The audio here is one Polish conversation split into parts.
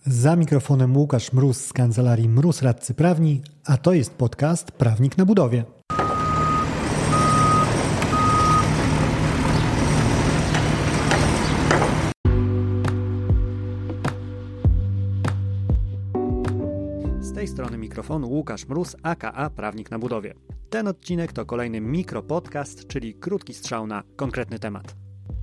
Za mikrofonem Łukasz Mróz z kancelarii Mróz Radcy Prawni, a to jest podcast Prawnik na budowie. Z tej strony mikrofonu Łukasz Mróz, aka Prawnik na budowie. Ten odcinek to kolejny mikropodcast, czyli krótki strzał na konkretny temat.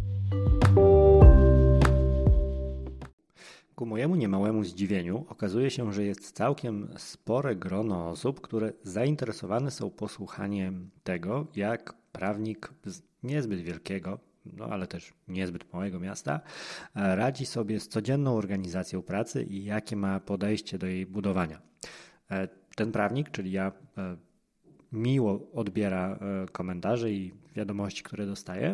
Ku mojemu niemałemu zdziwieniu okazuje się, że jest całkiem spore grono osób, które zainteresowane są posłuchaniem tego, jak prawnik z niezbyt wielkiego, ale też niezbyt małego miasta radzi sobie z codzienną organizacją pracy i jakie ma podejście do jej budowania. Ten prawnik, czyli ja, miło odbiera komentarze i wiadomości, które dostaje,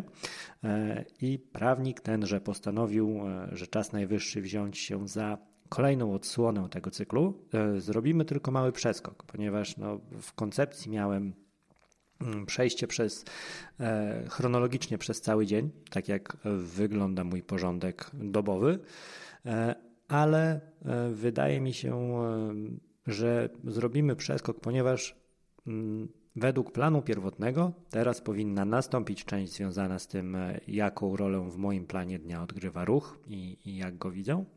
i prawnik tenże postanowił, że czas najwyższy wziąć się za kolejną odsłonę tego cyklu. Zrobimy tylko mały przeskok, ponieważ w koncepcji miałem przejście chronologicznie przez cały dzień, tak jak wygląda mój porządek dobowy, ale wydaje mi się, że zrobimy przeskok, ponieważ według planu pierwotnego teraz powinna nastąpić część związana z tym, jaką rolę w moim planie dnia odgrywa ruch i jak go widzę,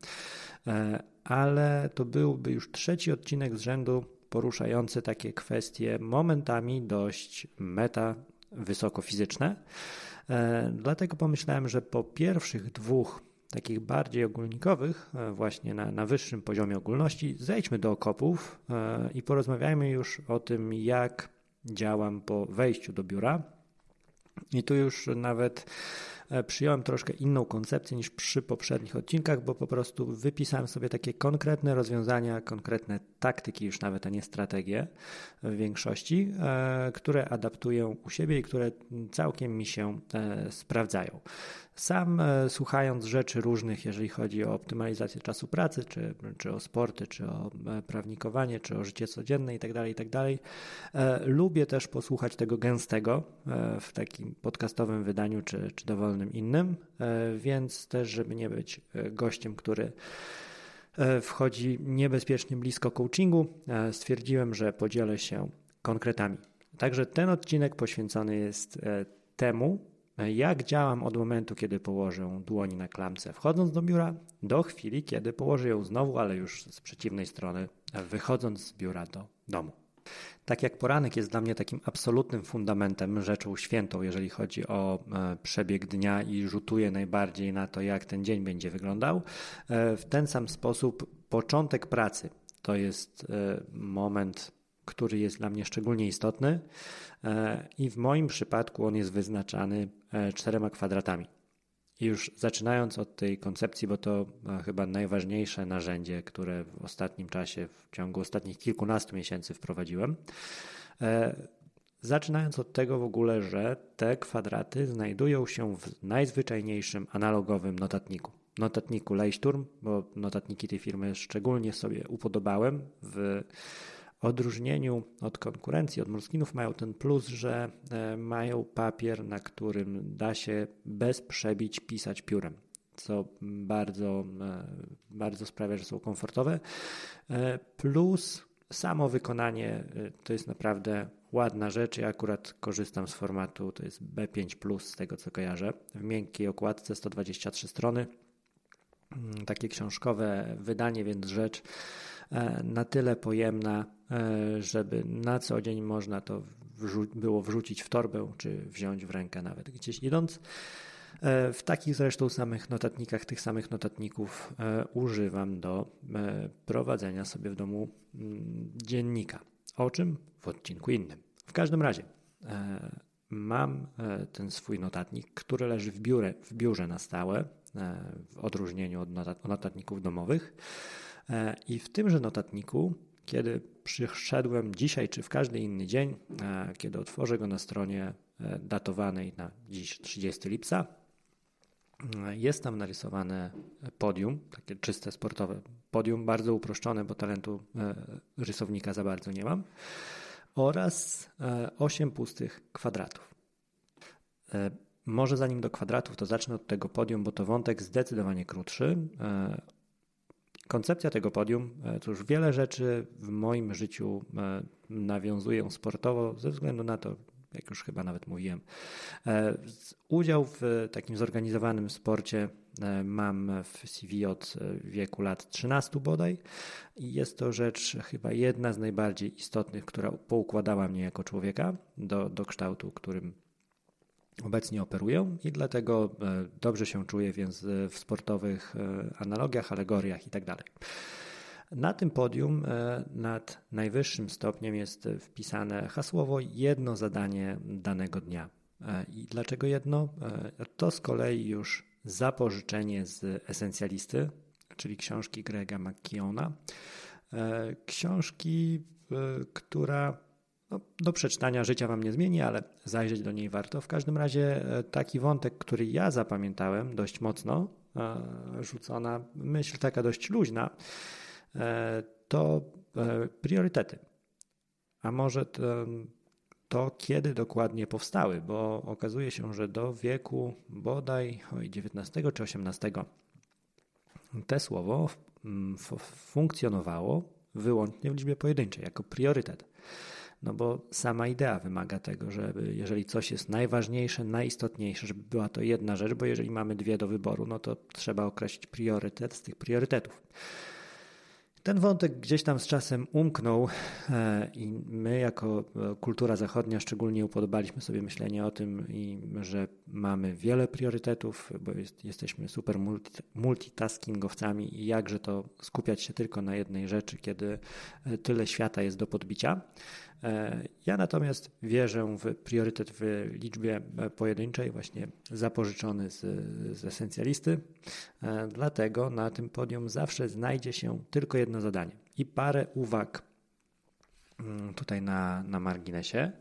ale to byłby już trzeci odcinek z rzędu poruszający takie kwestie momentami dość wysokofizyczne. Dlatego pomyślałem, że po pierwszych dwóch takich bardziej ogólnikowych, właśnie na wyższym poziomie ogólności, zejdźmy do okopów i porozmawiajmy już o tym, jak działam po wejściu do biura. I tu już nawet przyjąłem troszkę inną koncepcję niż przy poprzednich odcinkach, bo po prostu wypisałem sobie takie konkretne rozwiązania, konkretne taktyki już nawet, a nie strategie w większości, które adaptuję u siebie i które całkiem mi się sprawdzają. Sam słuchając rzeczy różnych, jeżeli chodzi o optymalizację czasu pracy, czy o sporty, czy o prawnikowanie, czy o życie codzienne itd., lubię też posłuchać tego gęstego w takim podcastowym wydaniu, czy dowolnym innym, więc też, żeby nie być gościem, który wchodzi niebezpiecznie blisko coachingu, stwierdziłem, że podzielę się konkretami. Także ten odcinek poświęcony jest temu, jak działam od momentu, kiedy położę dłoni na klamce wchodząc do biura, do chwili, kiedy położę ją znowu, ale już z przeciwnej strony, wychodząc z biura do domu. Tak jak poranek jest dla mnie takim absolutnym fundamentem, rzeczą świętą, jeżeli chodzi o przebieg dnia i rzutuje najbardziej na to, jak ten dzień będzie wyglądał, w ten sam sposób początek pracy to jest moment, który jest dla mnie szczególnie istotny i w moim przypadku on jest wyznaczany 4 kwadratami. I już zaczynając od tej koncepcji, bo to chyba najważniejsze narzędzie, które w ostatnim czasie, w ciągu ostatnich kilkunastu miesięcy wprowadziłem, zaczynając od tego w ogóle, że te kwadraty znajdują się w najzwyczajniejszym analogowym notatniku Leuchtturm, bo notatniki tej firmy szczególnie sobie upodobałem. W odróżnieniu od konkurencji, od Moleskinów mają ten plus, że mają papier, na którym da się bez przebić pisać piórem, co bardzo sprawia, że są komfortowe. Plus samo wykonanie to jest naprawdę ładna rzecz. Ja akurat korzystam z formatu, to jest B5+, z tego co kojarzę, w miękkiej okładce, 123 strony. Takie książkowe wydanie, więc rzecz na tyle pojemna, żeby na co dzień można to było wrzucić w torbę, czy wziąć w rękę nawet gdzieś idąc. W takich zresztą samych notatnikach, tych samych notatników używam do prowadzenia sobie w domu dziennika. O czym? W odcinku innym. W każdym razie mam ten swój notatnik, który leży w biurze na stałe, w odróżnieniu od notatników domowych. I w tymże notatniku, kiedy przyszedłem dzisiaj, czy w każdy inny dzień, kiedy otworzę go na stronie datowanej na dziś 30 lipca, jest tam narysowane podium, takie czyste sportowe podium, bardzo uproszczone, bo talentu rysownika za bardzo nie mam, oraz 8 pustych kwadratów. Może zanim do kwadratów, to zacznę od tego podium, bo to wątek zdecydowanie krótszy. Koncepcja tego podium, cóż, wiele rzeczy w moim życiu nawiązują sportowo ze względu na to, jak już chyba nawet mówiłem. Udział w takim zorganizowanym sporcie mam w CV od wieku lat 13 bodaj i jest to rzecz chyba jedna z najbardziej istotnych, która poukładała mnie jako człowieka do kształtu, którym obecnie operuję i dlatego dobrze się czuję więc w sportowych analogiach, alegoriach itd. Na tym podium nad najwyższym stopniem jest wpisane hasłowo jedno zadanie danego dnia. I dlaczego jedno? To z kolei już zapożyczenie z Esencjalisty, czyli książki Grega McKeowna. Książki, która do przeczytania życia wam nie zmieni, ale zajrzeć do niej warto. W każdym razie taki wątek, który ja zapamiętałem dość mocno, rzucona myśl taka dość luźna, to priorytety. A może to kiedy dokładnie powstały, bo okazuje się, że do wieku bodaj XIX czy XVIII te słowo funkcjonowało wyłącznie w liczbie pojedynczej, jako priorytet. No bo sama idea wymaga tego, żeby jeżeli coś jest najważniejsze, najistotniejsze, żeby była to jedna rzecz, bo jeżeli mamy dwie do wyboru, no to trzeba określić priorytet z tych priorytetów. Ten wątek gdzieś tam z czasem umknął i my jako kultura zachodnia szczególnie upodobaliśmy sobie myślenie o tym, że mamy wiele priorytetów, bo jesteśmy super multitaskingowcami i jakże to skupiać się tylko na jednej rzeczy, kiedy tyle świata jest do podbicia. Ja natomiast wierzę w priorytet w liczbie pojedynczej, właśnie zapożyczony z Esencjalisty. Dlatego na tym podium zawsze znajdzie się tylko jedno zadanie i parę uwag tutaj na marginesie.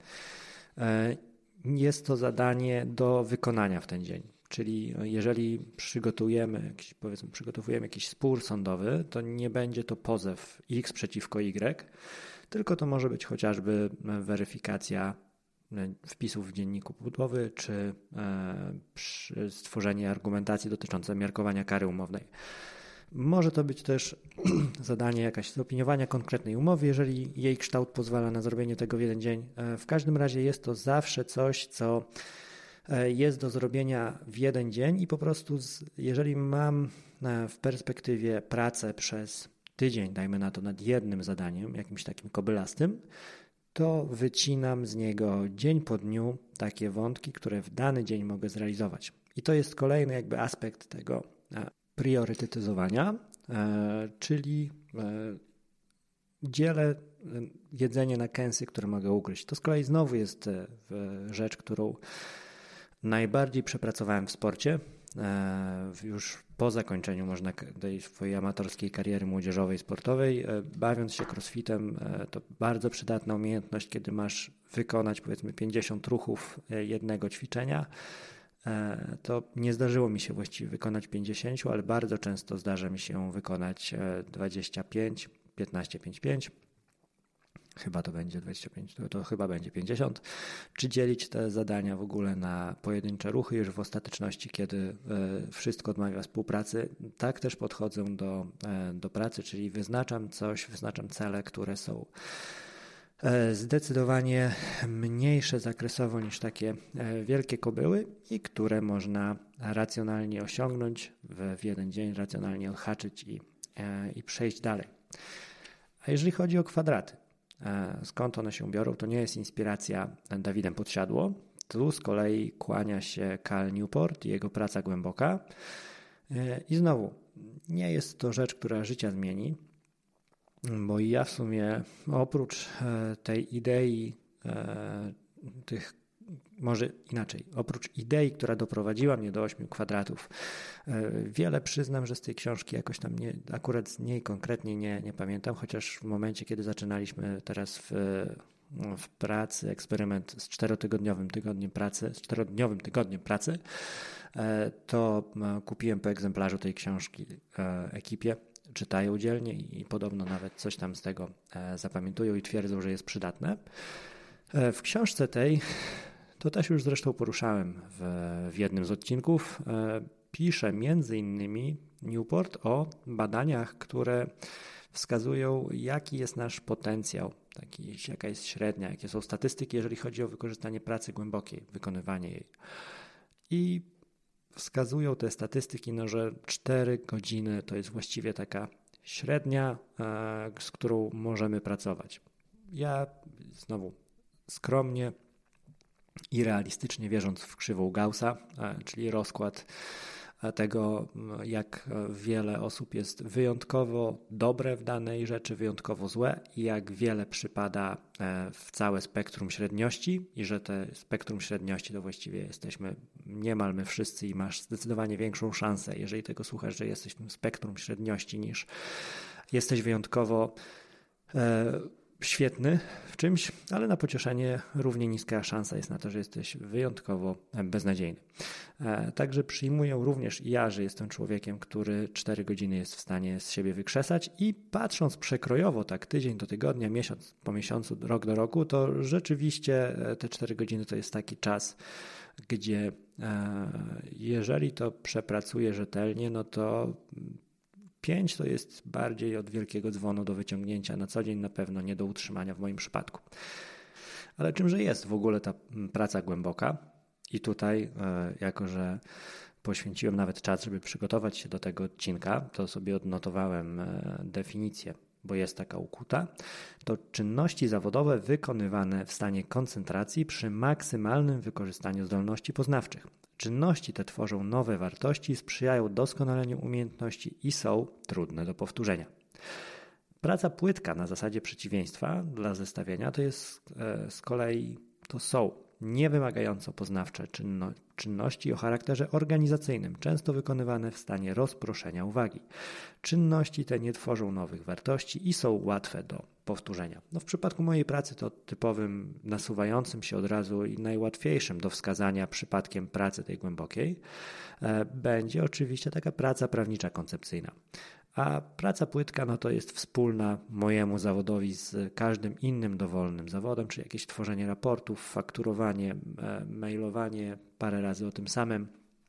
Jest to zadanie do wykonania w ten dzień. Czyli jeżeli przygotowujemy jakiś spór sądowy, to nie będzie to pozew X przeciwko Y, tylko to może być chociażby weryfikacja wpisów w dzienniku budowy, czy stworzenie argumentacji dotyczącej miarkowania kary umownej. Może to być też zadanie jakaś zaopiniowania konkretnej umowy, jeżeli jej kształt pozwala na zrobienie tego w jeden dzień. W każdym razie jest to zawsze coś, co jest do zrobienia w jeden dzień i po prostu jeżeli mam w perspektywie pracę przez tydzień, dajmy na to nad jednym zadaniem, jakimś takim kobylastym, to wycinam z niego dzień po dniu takie wątki, które w dany dzień mogę zrealizować. I to jest kolejny jakby aspekt tego priorytetyzowania, czyli dzielę jedzenie na kęsy, które mogę ugryźć. To z kolei znowu jest rzecz, którą najbardziej przepracowałem w sporcie. Już po zakończeniu można tej swojej amatorskiej kariery młodzieżowej, sportowej, bawiąc się crossfitem, to bardzo przydatna umiejętność, kiedy masz wykonać powiedzmy 50 ruchów jednego ćwiczenia. To nie zdarzyło mi się właściwie wykonać 50, ale bardzo często zdarza mi się wykonać 25, 15, 5, 5. Chyba to będzie 25, to chyba będzie 50. Czy dzielić te zadania w ogóle na pojedyncze ruchy już w ostateczności, kiedy wszystko odmawia współpracy. Tak też podchodzę do pracy, czyli wyznaczam cele, które są zdecydowanie mniejsze zakresowo niż takie wielkie kobyły i które można racjonalnie osiągnąć w jeden dzień, racjonalnie odhaczyć i przejść dalej. A jeżeli chodzi o kwadraty, skąd one się biorą, to nie jest inspiracja Dawidem Podsiadło. Tu z kolei kłania się Cal Newport i jego praca głęboka. I znowu, nie jest to rzecz, która życia zmieni, bo ja w sumie oprócz tej idei, może inaczej, oprócz idei, która doprowadziła mnie do 8 kwadratów, wiele przyznam, że z tej książki jakoś tam akurat z niej konkretnie nie pamiętam, chociaż w momencie, kiedy zaczynaliśmy teraz w pracy eksperyment z 4-tygodniowym tygodniem pracy, to kupiłem po egzemplarzu tej książki ekipie. Czytają dzielnie i podobno nawet coś tam z tego zapamiętują i twierdzą, że jest przydatne. W książce tej, to też już zresztą poruszałem w jednym z odcinków, pisze między innymi Newport o badaniach, które wskazują, jaki jest nasz potencjał, jaka jest średnia, jakie są statystyki, jeżeli chodzi o wykorzystanie pracy głębokiej, wykonywanie jej. I wskazują te statystyki, że 4 godziny to jest właściwie taka średnia, z którą możemy pracować. Ja znowu skromnie i realistycznie wierząc w krzywą Gaussa, czyli rozkład tego, jak wiele osób jest wyjątkowo dobre w danej rzeczy, wyjątkowo złe i jak wiele przypada w całe spektrum średniości i że te spektrum średniości to właściwie jesteśmy niemal my wszyscy i masz zdecydowanie większą szansę, jeżeli tego słuchasz, że jesteś w tym spektrum średniości, niż jesteś wyjątkowo świetny w czymś, ale na pocieszenie równie niska szansa jest na to, że jesteś wyjątkowo beznadziejny. Także przyjmuję również i ja, że jestem człowiekiem, który 4 godziny jest w stanie z siebie wykrzesać i patrząc przekrojowo, tak tydzień do tygodnia, miesiąc po miesiącu, rok do roku, to rzeczywiście te 4 godziny to jest taki czas, gdzie jeżeli to przepracuję rzetelnie, no to 5 to jest bardziej od wielkiego dzwonu do wyciągnięcia na co dzień, na pewno nie do utrzymania w moim przypadku. Ale czymże jest w ogóle ta praca głęboka? I tutaj, jako że poświęciłem nawet czas, żeby przygotować się do tego odcinka, to sobie odnotowałem definicję, bo jest taka ukuta. To czynności zawodowe wykonywane w stanie koncentracji przy maksymalnym wykorzystaniu zdolności poznawczych. Czynności te tworzą nowe wartości, sprzyjają doskonaleniu umiejętności i są trudne do powtórzenia. Praca płytka na zasadzie przeciwieństwa dla zestawienia to jest z kolei są niewymagająco poznawcze czynności o charakterze organizacyjnym, często wykonywane w stanie rozproszenia uwagi. Czynności te nie tworzą nowych wartości i są łatwe do powtórzenia. W przypadku mojej pracy to typowym, nasuwającym się od razu i najłatwiejszym do wskazania przypadkiem pracy tej głębokiej będzie oczywiście taka praca prawnicza koncepcyjna. A praca płytka to jest wspólna mojemu zawodowi z każdym innym dowolnym zawodem, czyli jakieś tworzenie raportów, fakturowanie, mailowanie, parę razy o tym samym.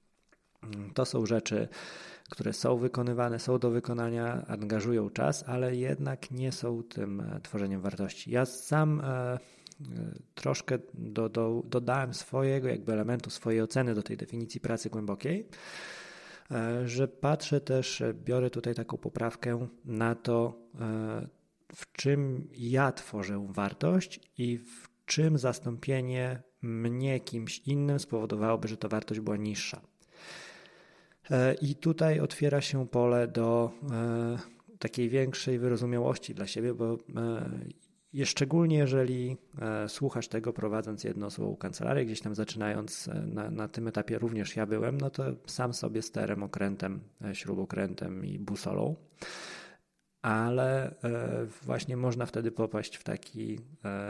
To są rzeczy, które są wykonywane, są do wykonania, angażują czas, ale jednak nie są tym tworzeniem wartości. Ja sam troszkę dodałem swojego elementu, swojej oceny do tej definicji pracy głębokiej, że patrzę też, biorę tutaj taką poprawkę na to, w czym ja tworzę wartość i w czym zastąpienie mnie kimś innym spowodowałoby, że ta wartość była niższa. I tutaj otwiera się pole do takiej większej wyrozumiałości dla siebie, bo szczególnie jeżeli słuchasz tego prowadząc jednoosobową kancelarię, gdzieś tam zaczynając na tym etapie również ja byłem, to sam sobie sterem, okrętem, śrubokrętem i busolą, ale właśnie można wtedy popaść w taki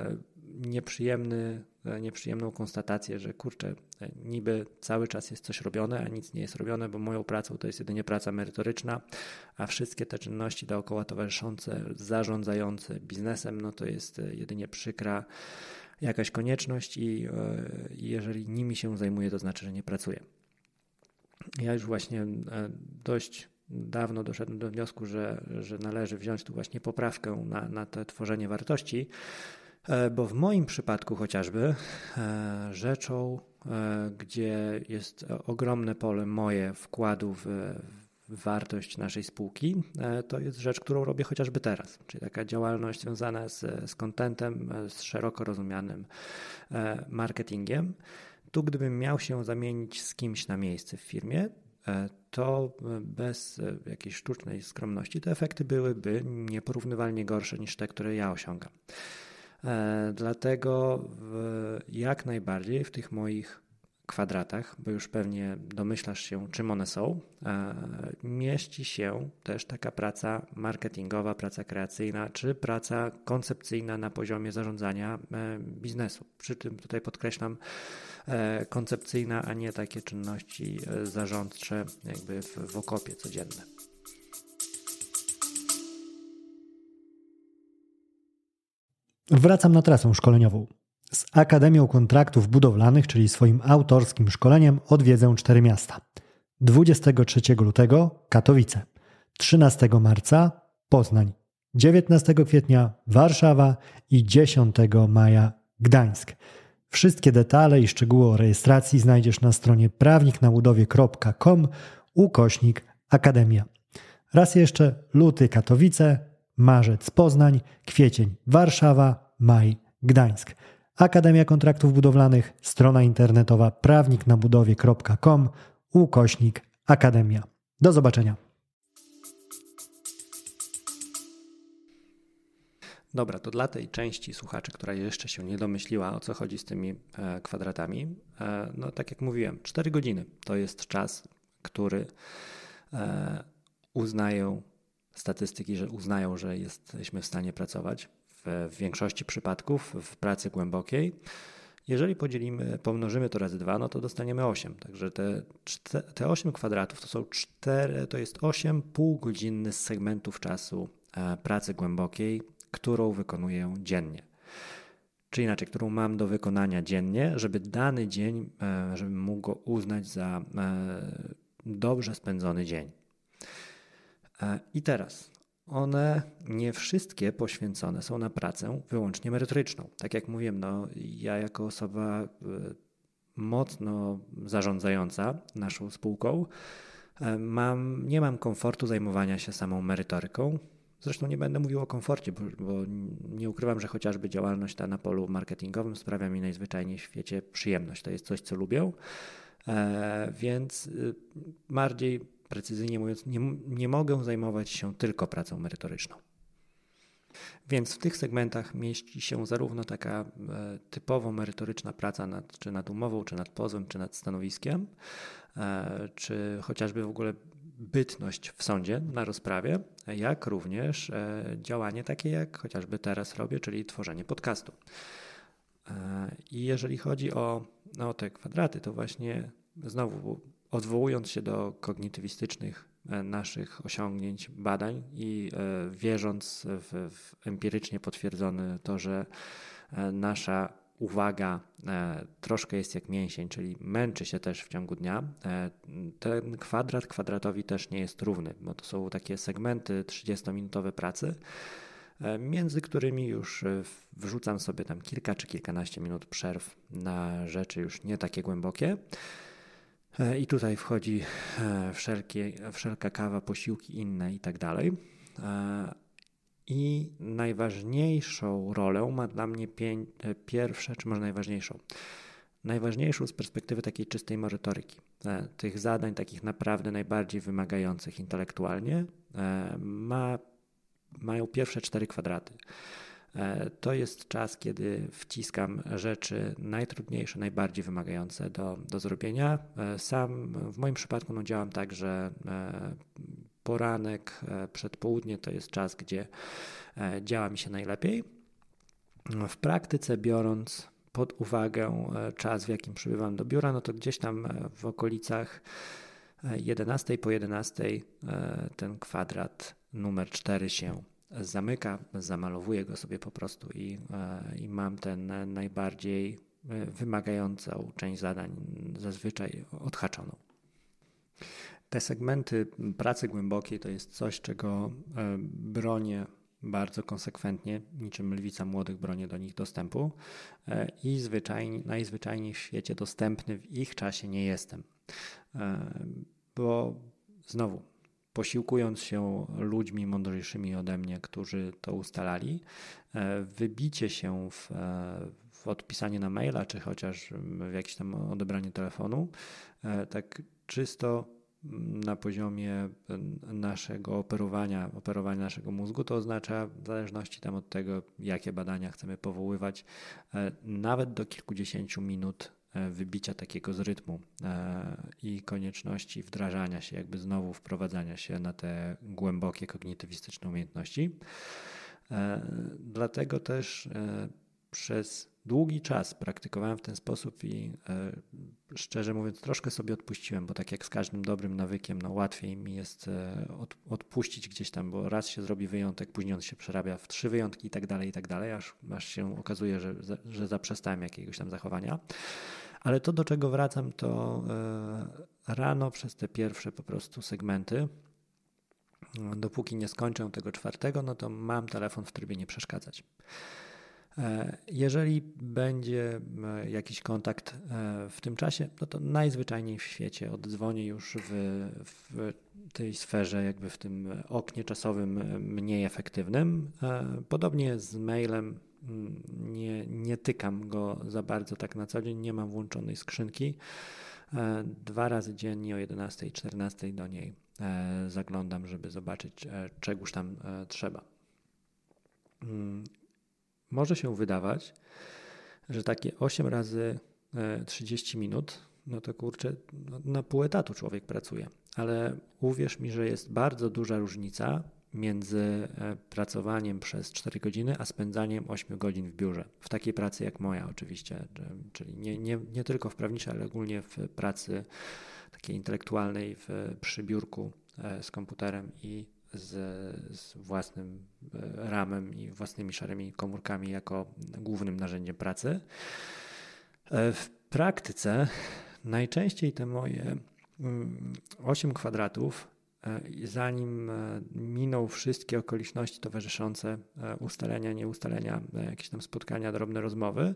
nieprzyjemną konstatację, że kurczę, niby cały czas jest coś robione, a nic nie jest robione, bo moją pracą to jest jedynie praca merytoryczna, a wszystkie te czynności dookoła towarzyszące, zarządzające biznesem, to jest jedynie przykra jakaś konieczność i jeżeli nimi się zajmuję, to znaczy, że nie pracuję. Ja już właśnie dość dawno doszedłem do wniosku, że należy wziąć tu właśnie poprawkę na to tworzenie wartości, bo w moim przypadku chociażby rzeczą, gdzie jest ogromne pole moje wkładu w wartość naszej spółki, to jest rzecz, którą robię chociażby teraz, czyli taka działalność związana z contentem, z szeroko rozumianym marketingiem. Tu gdybym miał się zamienić z kimś na miejsce w firmie, to bez jakiejś sztucznej skromności te efekty byłyby nieporównywalnie gorsze niż te, które ja osiągam. Dlatego jak najbardziej w tych moich kwadratach, bo już pewnie domyślasz się, czym one są, mieści się też taka praca marketingowa, praca kreacyjna, czy praca koncepcyjna na poziomie zarządzania biznesu. Przy tym tutaj podkreślam koncepcyjna, a nie takie czynności zarządcze jakby w okopie codzienne. Wracam na trasę szkoleniową. Z Akademią Kontraktów Budowlanych, czyli swoim autorskim szkoleniem, odwiedzę 4 miasta. 23 lutego Katowice, 13 marca Poznań, 19 kwietnia Warszawa i 10 maja Gdańsk. Wszystkie detale i szczegóły o rejestracji znajdziesz na stronie prawniknabudowie.com/Akademia. Raz jeszcze luty Katowice, marzec Poznań, kwiecień Warszawa, maj Gdańsk. Akademia Kontraktów Budowlanych, strona internetowa prawniknabudowie.com/Akademia. Do zobaczenia. Dobra, to dla tej części słuchaczy, która jeszcze się nie domyśliła, o co chodzi z tymi kwadratami, no tak jak mówiłem, 4 godziny to jest czas, który uznają statystyki, że uznają, że jesteśmy w stanie pracować w większości przypadków w pracy głębokiej. Jeżeli pomnożymy to razy 2, no to dostaniemy 8. Także te 8 kwadratów to jest 8 półgodzinnych segmentów czasu pracy głębokiej, którą wykonuję dziennie. Czy inaczej, którą mam do wykonania dziennie, żeby dany dzień, żebym mógł go uznać za dobrze spędzony dzień. I teraz one nie wszystkie poświęcone są na pracę wyłącznie merytoryczną. Tak jak mówiłem, ja jako osoba mocno zarządzająca naszą spółką nie mam komfortu zajmowania się samą merytoryką. Zresztą nie będę mówił o komforcie, bo nie ukrywam, że chociażby działalność ta na polu marketingowym sprawia mi najzwyczajniej w świecie przyjemność. To jest coś, co lubię, więc bardziej precyzyjnie mówiąc, nie mogę zajmować się tylko pracą merytoryczną. Więc w tych segmentach mieści się zarówno taka typowo merytoryczna praca czy nad umową, czy nad pozwem, czy nad stanowiskiem, czy chociażby w ogóle bytność w sądzie na rozprawie, jak również działanie takie, jak chociażby teraz robię, czyli tworzenie podcastu. I jeżeli chodzi o te kwadraty, to właśnie znowu odwołując się do kognitywistycznych naszych osiągnięć, badań i wierząc w empirycznie potwierdzone to, że nasza uwaga troszkę jest jak mięsień, czyli męczy się też w ciągu dnia. Ten kwadrat kwadratowi też nie jest równy, bo to są takie segmenty 30-minutowe pracy, między którymi już wrzucam sobie tam kilka czy kilkanaście minut przerw na rzeczy już nie takie głębokie. I tutaj wchodzi wszelka kawa, posiłki inne i tak dalej. I najważniejszą rolę ma dla mnie pierwsze, czy może najważniejszą z perspektywy takiej czystej merytoryki. Tych zadań takich naprawdę najbardziej wymagających intelektualnie mają pierwsze 4 kwadraty. To jest czas, kiedy wciskam rzeczy najtrudniejsze, najbardziej wymagające do zrobienia. Sam w moim przypadku działam tak, że poranek, przedpołudnie to jest czas, gdzie działa mi się najlepiej. W praktyce biorąc pod uwagę czas, w jakim przybywam do biura, no to gdzieś tam w okolicach 11 po 11 ten kwadrat numer 4 się zamyka, zamalowuję go sobie po prostu i mam ten najbardziej wymagającą część zadań zazwyczaj odhaczoną. Te segmenty pracy głębokiej to jest coś, czego bronię bardzo konsekwentnie, niczym lwica młodych bronię do nich dostępu i najzwyczajniej w świecie dostępny w ich czasie nie jestem. Bo znowu, posiłkując się ludźmi mądrzejszymi ode mnie, którzy to ustalali, wybicie się w odpisanie na maila, czy chociaż w jakieś tam odebranie telefonu, tak czysto na poziomie naszego operowania naszego mózgu, to oznacza w zależności tam od tego, jakie badania chcemy powoływać, nawet do kilkudziesięciu minut wybicia takiego z rytmu i konieczności wdrażania się, jakby znowu wprowadzania się na te głębokie kognitywistyczne umiejętności. Dlatego też przez długi czas praktykowałem w ten sposób i szczerze mówiąc troszkę sobie odpuściłem, bo tak jak z każdym dobrym nawykiem, łatwiej mi jest odpuścić gdzieś tam, bo raz się zrobi wyjątek, później on się przerabia w 3 wyjątki i tak dalej, aż się okazuje, że zaprzestałem jakiegoś tam zachowania. Ale to, do czego wracam, to rano przez te pierwsze po prostu segmenty, dopóki nie skończę tego 4, no to mam telefon w trybie nie przeszkadzać. Jeżeli będzie jakiś kontakt w tym czasie, no to najzwyczajniej w świecie oddzwonię już w tej sferze, jakby w tym oknie czasowym mniej efektywnym. Podobnie z mailem, nie tykam go za bardzo tak na co dzień, nie mam włączonej skrzynki. 2 razy dziennie o 11 i 14 do niej zaglądam, żeby zobaczyć, czegoś tam trzeba. Może się wydawać, że takie 8 razy 30 minut, no to kurczę, na pół etatu człowiek pracuje. Ale uwierz mi, że jest bardzo duża różnica między pracowaniem przez 4 godziny, a spędzaniem 8 godzin w biurze. W takiej pracy jak moja oczywiście, czyli nie tylko w prawniczej, ale ogólnie w pracy takiej intelektualnej, przy biurku z komputerem i z własnym ramem i własnymi szarymi komórkami jako głównym narzędziem pracy. W praktyce najczęściej te moje 8 kwadratów, zanim miną wszystkie okoliczności towarzyszące, ustalenia, nieustalenia, jakieś tam spotkania, drobne rozmowy,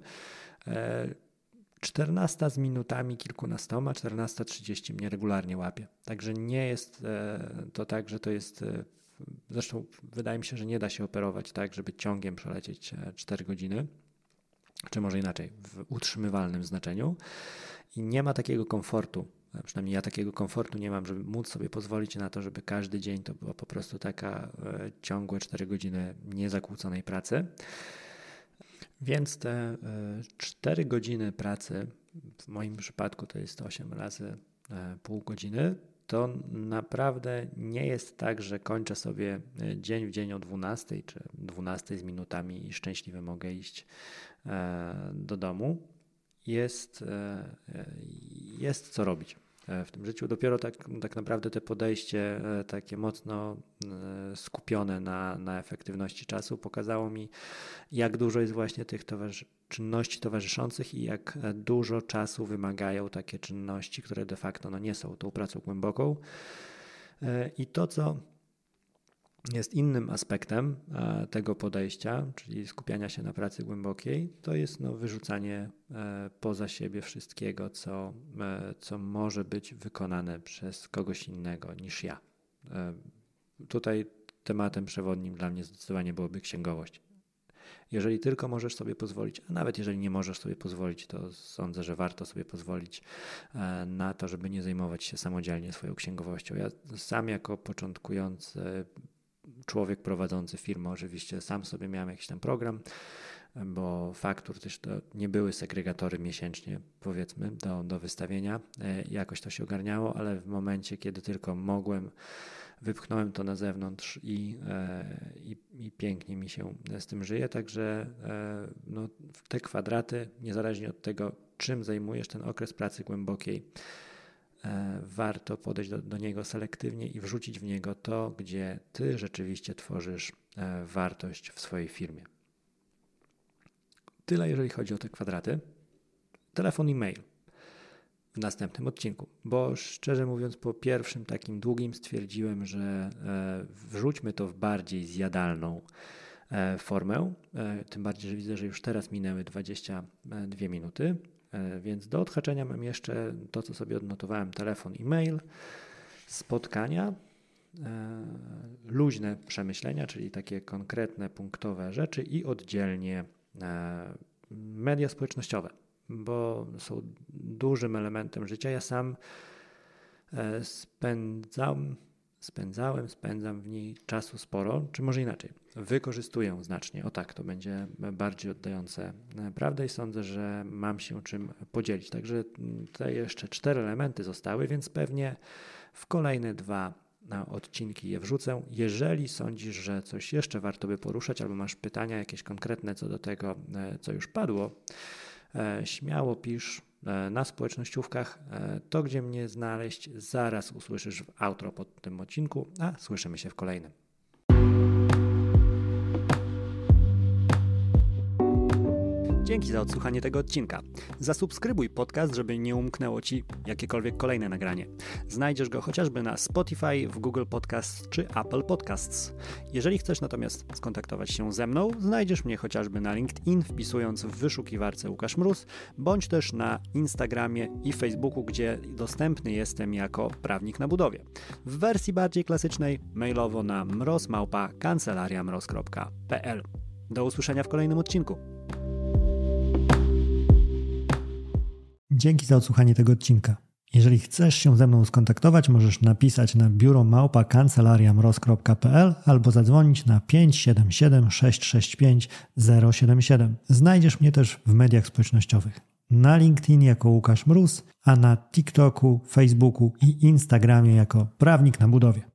14 z minutami kilkunastoma, 14:30 mnie regularnie łapie. Także nie jest to tak, że to jest... Zresztą wydaje mi się, że nie da się operować tak, żeby ciągiem przelecieć 4 godziny, czy może inaczej, w utrzymywalnym znaczeniu. I nie ma takiego komfortu, przynajmniej ja takiego komfortu nie mam, żeby móc sobie pozwolić na to, żeby każdy dzień to była po prostu taka ciągłe 4 godziny niezakłóconej pracy. Więc te 4 godziny pracy, w moim przypadku to jest 8 razy pół godziny, to naprawdę nie jest tak, że kończę sobie dzień w dzień o 12 czy 12 z minutami i szczęśliwie mogę iść do domu. Jest co robić w tym życiu. Dopiero tak naprawdę te podejście takie mocno skupione na efektywności czasu pokazało mi, jak dużo jest właśnie tych czynności towarzyszących i jak dużo czasu wymagają takie czynności, które de facto nie są tą pracą głęboką. I to, co jest innym aspektem tego podejścia, czyli skupiania się na pracy głębokiej, to jest wyrzucanie poza siebie wszystkiego, co może być wykonane przez kogoś innego niż ja. Tutaj tematem przewodnim dla mnie zdecydowanie byłoby księgowość. Jeżeli tylko możesz sobie pozwolić, a nawet jeżeli nie możesz sobie pozwolić, to sądzę, że warto sobie pozwolić na to, żeby nie zajmować się samodzielnie swoją księgowością. Ja sam jako początkujący człowiek prowadzący firmę, oczywiście sam sobie miałem jakiś tam program, bo faktur też to nie były segregatory miesięcznie, powiedzmy, do wystawienia. Jakoś to się ogarniało, ale w momencie, kiedy tylko mogłem, wypchnąłem to na zewnątrz i pięknie mi się z tym żyje. Także te kwadraty, niezależnie od tego, czym zajmujesz ten okres pracy głębokiej, warto podejść do niego selektywnie i wrzucić w niego to, gdzie ty rzeczywiście tworzysz wartość w swojej firmie. Tyle, jeżeli chodzi o te kwadraty. Telefon i mail w następnym odcinku, bo szczerze mówiąc po pierwszym takim długim stwierdziłem, że wrzućmy to w bardziej zjadalną formę, tym bardziej, że widzę, że już teraz minęły 22 minuty, więc do odhaczenia mam jeszcze to, co sobie odnotowałem, telefon i mail, spotkania, luźne przemyślenia, czyli takie konkretne, punktowe rzeczy i oddzielnie media społecznościowe, bo są dużym elementem życia. Ja sam spędzam w niej czasu sporo, czy może inaczej, wykorzystuję znacznie. O tak, to będzie bardziej oddające prawdę i sądzę, że mam się czym podzielić. Także te jeszcze 4 elementy zostały, więc pewnie w kolejne 2 odcinki je wrzucę. Jeżeli sądzisz, że coś jeszcze warto by poruszać, albo masz pytania jakieś konkretne co do tego, co już padło, śmiało pisz na społecznościówkach. To, gdzie mnie znaleźć, zaraz usłyszysz w outro pod tym odcinku, a słyszymy się w kolejnym. Dzięki za odsłuchanie tego odcinka. Zasubskrybuj podcast, żeby nie umknęło Ci jakiekolwiek kolejne nagranie. Znajdziesz go chociażby na Spotify, w Google Podcasts czy Apple Podcasts. Jeżeli chcesz natomiast skontaktować się ze mną, znajdziesz mnie chociażby na LinkedIn, wpisując w wyszukiwarce Łukasz Mróz, bądź też na Instagramie i Facebooku, gdzie dostępny jestem jako prawnik na budowie. W wersji bardziej klasycznej mailowo na mroz@kancelariamroz.pl. Do usłyszenia w kolejnym odcinku. Dzięki za odsłuchanie tego odcinka. Jeżeli chcesz się ze mną skontaktować, możesz napisać na biuro@kancelariamroz.pl albo zadzwonić na 577 665 077. Znajdziesz mnie też w mediach społecznościowych. Na LinkedIn jako Łukasz Mróz, a na TikToku, Facebooku i Instagramie jako prawnik na budowie.